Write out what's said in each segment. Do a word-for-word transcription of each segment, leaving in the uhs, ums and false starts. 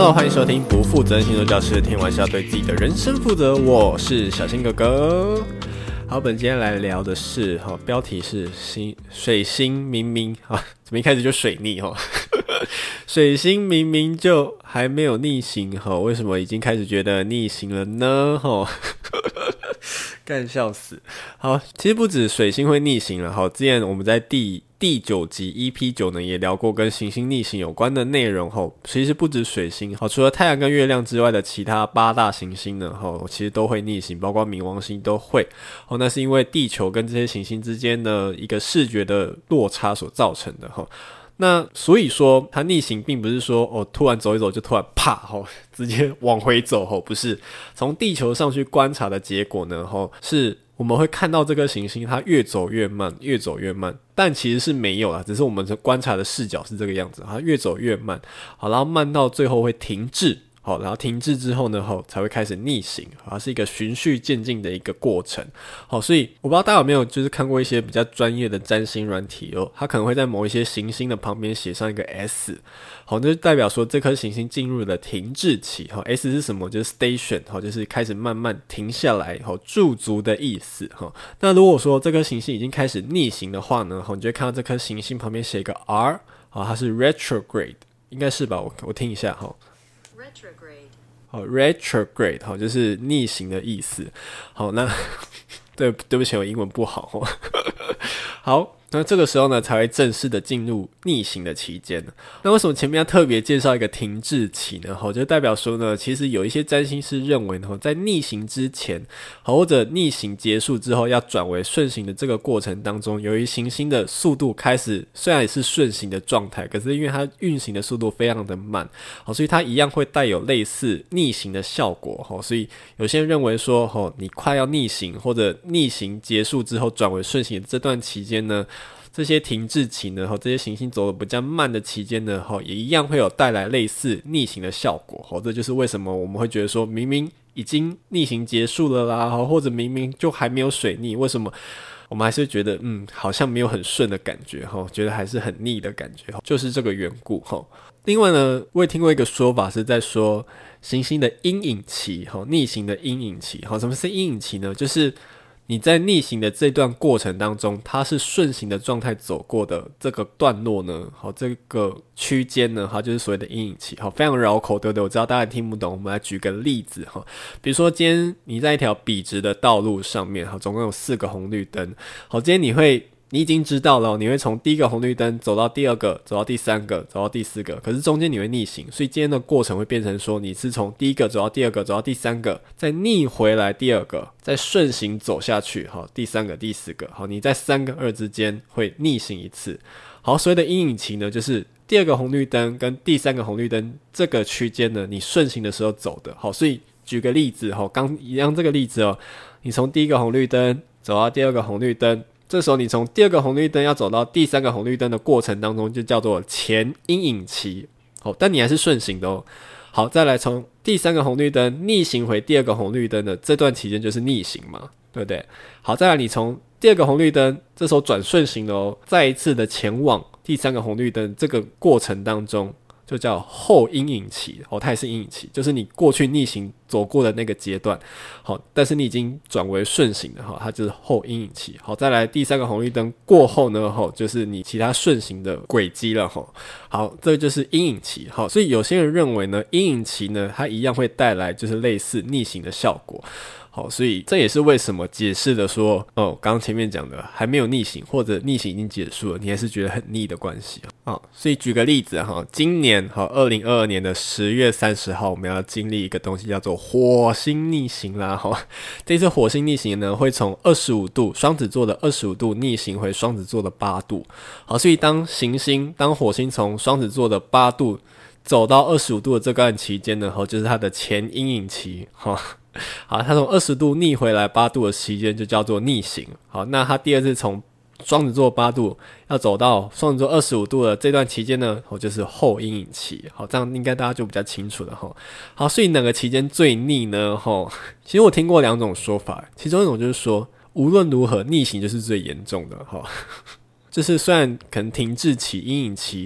Hello， 欢迎收听不负责任星座教室，听完是要对自己的人生负责。我是小新哥哥。好，本今天来聊的是，哈，标题是星水星明明啊，怎么一开始就水逆哈？水星明明就还没有逆行哈，为什么已经开始觉得逆行了呢？哈，干笑死！好，其实不止水星会逆行了，好，之前我们在第第九集 E P 九 呢也聊过跟行星逆行有关的内容后，其实不止水星，好，除了太阳跟月亮之外的其他八大行星呢，好，其实都会逆行，包括冥王星都会。好，那是因为地球跟这些行星之间的一个视觉的落差所造成的哈。那所以说它逆行并不是说哦突然走一走就突然啪吼直接往回走吼，不是，从地球上去观察的结果呢吼，是我们会看到这个行星它越走越慢越走越慢，但其实是没有啦，只是我们观察的视角是这个样子，它越走越慢，好，然后慢到最后会停滞，好，然后停滞之后呢，好，才会开始逆行，它是一个循序渐进的一个过程。好，所以我不知道大家有没有就是看过一些比较专业的占星软体哦，它可能会在某一些行星的旁边写上一个 S， 好，那就代表说这颗行星进入了停滞期。好 ，S 是什么？就是 station， 好，就是开始慢慢停下来，好，驻足的意思。好，那如果说这颗行星已经开始逆行的话呢，好，你就会看到这颗行星旁边写一个 R， 好，它是 retrograde， 应该是吧？我我听一下哈。好 retrograde 好，就是逆行的意思。好，那对对不起，我英文不好。好，那这个时候呢，才会正式的进入逆行的期间。那为什么前面要特别介绍一个停滞期呢？好，就代表说呢，其实有一些占星师认为呢，在逆行之前，好，或者逆行结束之后要转为顺行的这个过程当中，由于行星的速度开始虽然也是顺行的状态，可是因为它运行的速度非常的慢，好，所以它一样会带有类似逆行的效果。好，所以有些人认为说，好，你快要逆行或者逆行结束之后转为顺行的这段期间呢，这些停滞期呢，这些行星走得比较慢的期间呢，也一样会有带来类似逆行的效果。这就是为什么我们会觉得说明明已经逆行结束了啦，或者明明就还没有水逆，为什么我们还是觉得嗯好像没有很顺的感觉，觉得还是很逆的感觉，就是这个缘故。另外呢，我也听过一个说法是在说行星的阴影期，逆行的阴影期。什么是阴影期呢？就是你在逆行的这段过程当中，它是顺行的状态走过的这个段落呢，好，这个区间呢，它就是所谓的阴影期。好，非常绕口，对不对？我知道大家听不懂，我们来举个例子哈。比如说今天你在一条笔直的道路上面，好，总共有四个红绿灯。好，今天你会你已经知道了，你会从第一个红绿灯走到第二个，走到第三个，走到第四个，可是中间你会逆行，所以今天的过程会变成说你是从第一个走到第二个，走到第三个，再逆回来第二个，再顺行走下去，好，第三个第四个，好，你在三跟二之间会逆行一次。好，所谓的阴影期呢，就是第二个红绿灯跟第三个红绿灯这个区间呢，你顺行的时候走的。好，所以举个例子，好，刚一样这个例子哦，你从第一个红绿灯走到第二个红绿灯，这时候你从第二个红绿灯要走到第三个红绿灯的过程当中，就叫做前阴影期。好，但你还是顺行的哦。好，再来从第三个红绿灯逆行回第二个红绿灯的这段期间就是逆行嘛，对不对？好，再来你从第二个红绿灯这时候转顺行了哦，再一次的前往第三个红绿灯这个过程当中就叫后阴影期。哦，它也是阴影期，就是你过去逆行走过的那个阶段，好，但是你已经转为顺行了，好，它就是后阴影期。好，再来第三个红绿灯过后呢，好，就是你其他顺行的轨迹了，好，好，这就是阴影期。好，所以有些人认为呢，阴影期呢，它一样会带来就是类似逆行的效果。好，所以这也是为什么解释的说，哦，刚刚前面讲的还没有逆行，或者逆行已经结束了，你还是觉得很逆的关系。好，所以举个例子哈，今年好二零二二年的十月三十号，我们要经历一个东西叫做火星逆行啦。哈，这次火星逆行呢，会从二十五度双子座的二十五度逆行回双子座的八度。好，所以当行星当火星从双子座的八度走到二十五度的这段期间呢，就是它的前阴影期。哈。好，它从二十度逆回来八度的期间就叫做逆行。好，那它第二次从双子座八度要走到双子座二十五度的这段期间呢，就是后阴影期。好，这样应该大家就比较清楚了齁。好，所以哪个期间最逆呢？齁，其实我听过两种说法，其中一种就是说无论如何逆行就是最严重的齁。就是虽然可能停滞期、阴影期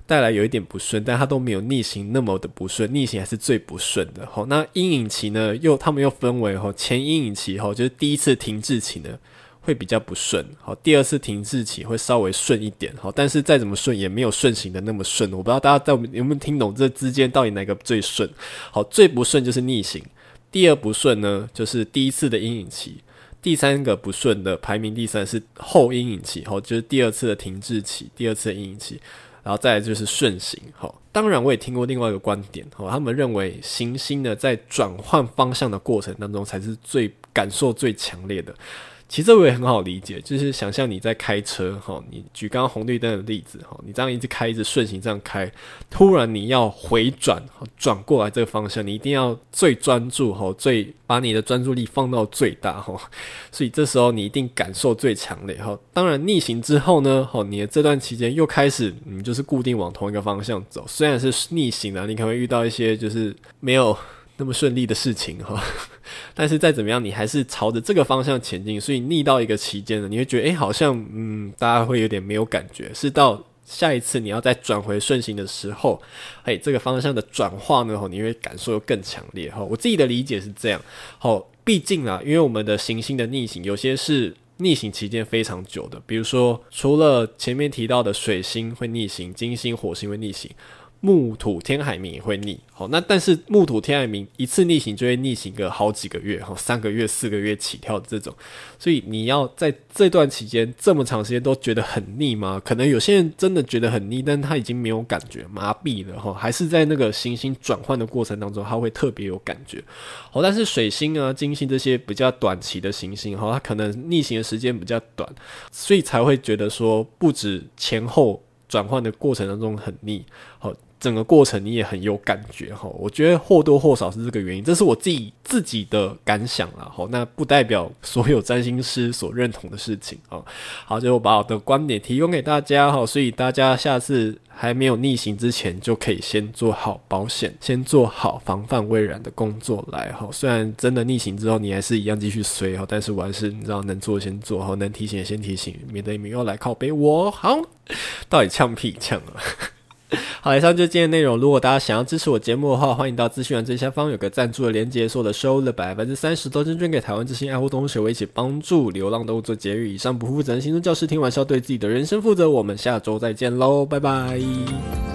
带来有一点不顺，但它都没有逆行那么的不顺，逆行还是最不顺的。好，那阴影期呢，又他们又分为前阴影期，就是第一次停滞期呢会比较不顺，好，第二次停滞期会稍微顺一点，好，但是再怎么顺也没有顺行的那么顺。我不知道大家有没有听懂这之间到底哪个最顺？好，最不顺就是逆行，第二不顺呢就是第一次的阴影期。第三个不顺的排名第三是后阴影期，就是第二次的停滞期，第二次的阴影期，然后再来就是顺行。当然我也听过另外一个观点，他们认为行星呢在转换方向的过程当中才是最感受最强烈的。其实这我也很好理解，就是想象你在开车，你举刚刚红绿灯的例子，你这样一直开一直顺行这样开，突然你要回转转过来这个方向，你一定要最专注，最把你的专注力放到最大，所以这时候你一定感受最强烈。当然逆行之后呢，你的这段期间又开始你就是固定往同一个方向走，虽然是逆行啊，你可能会遇到一些就是没有那么顺利的事情，但是再怎么样你还是朝着这个方向前进，所以逆到一个期间呢，你会觉得诶好像嗯大家会有点没有感觉，是到下一次你要再转回顺行的时候，诶这个方向的转化呢你会感受更强烈。我自己的理解是这样，毕竟啊因为我们的行星的逆行有些是逆行期间非常久的，比如说除了前面提到的水星会逆行，金星火星会逆行，木土天海冥也会逆。好，那但是木土天海冥一次逆行就会逆行个好几个月，三个月四个月起跳的这种，所以你要在这段期间这么长时间都觉得很腻吗？可能有些人真的觉得很腻，但他已经没有感觉，麻痹了，还是在那个行星转换的过程当中他会特别有感觉。好，但是水星啊金星这些比较短期的行星，它可能逆行的时间比较短，所以才会觉得说不止前后转换的过程当中很腻，好，整个过程你也很有感觉，我觉得或多或少是这个原因，这是我自己自己的感想啦，那不代表所有占星师所认同的事情。好，就把我的观点提供给大家，所以大家下次还没有逆行之前就可以先做好保险，先做好防范未然的工作来。虽然真的逆行之后你还是一样继续衰，但是我还是你知道能做先做，能提醒先提醒，免得你们又来靠北我。好，到底呛屁呛啊？好，以上就是今天的内容。如果大家想要支持我节目的话，欢迎到资讯栏最下方有个赞助的连结，所有的收入的百分之三十都捐给台湾之心爱护动物协会，一起帮助流浪动物做节育。以上不负责任星座教师听完是要对自己的人生负责。我们下周再见喽，拜拜。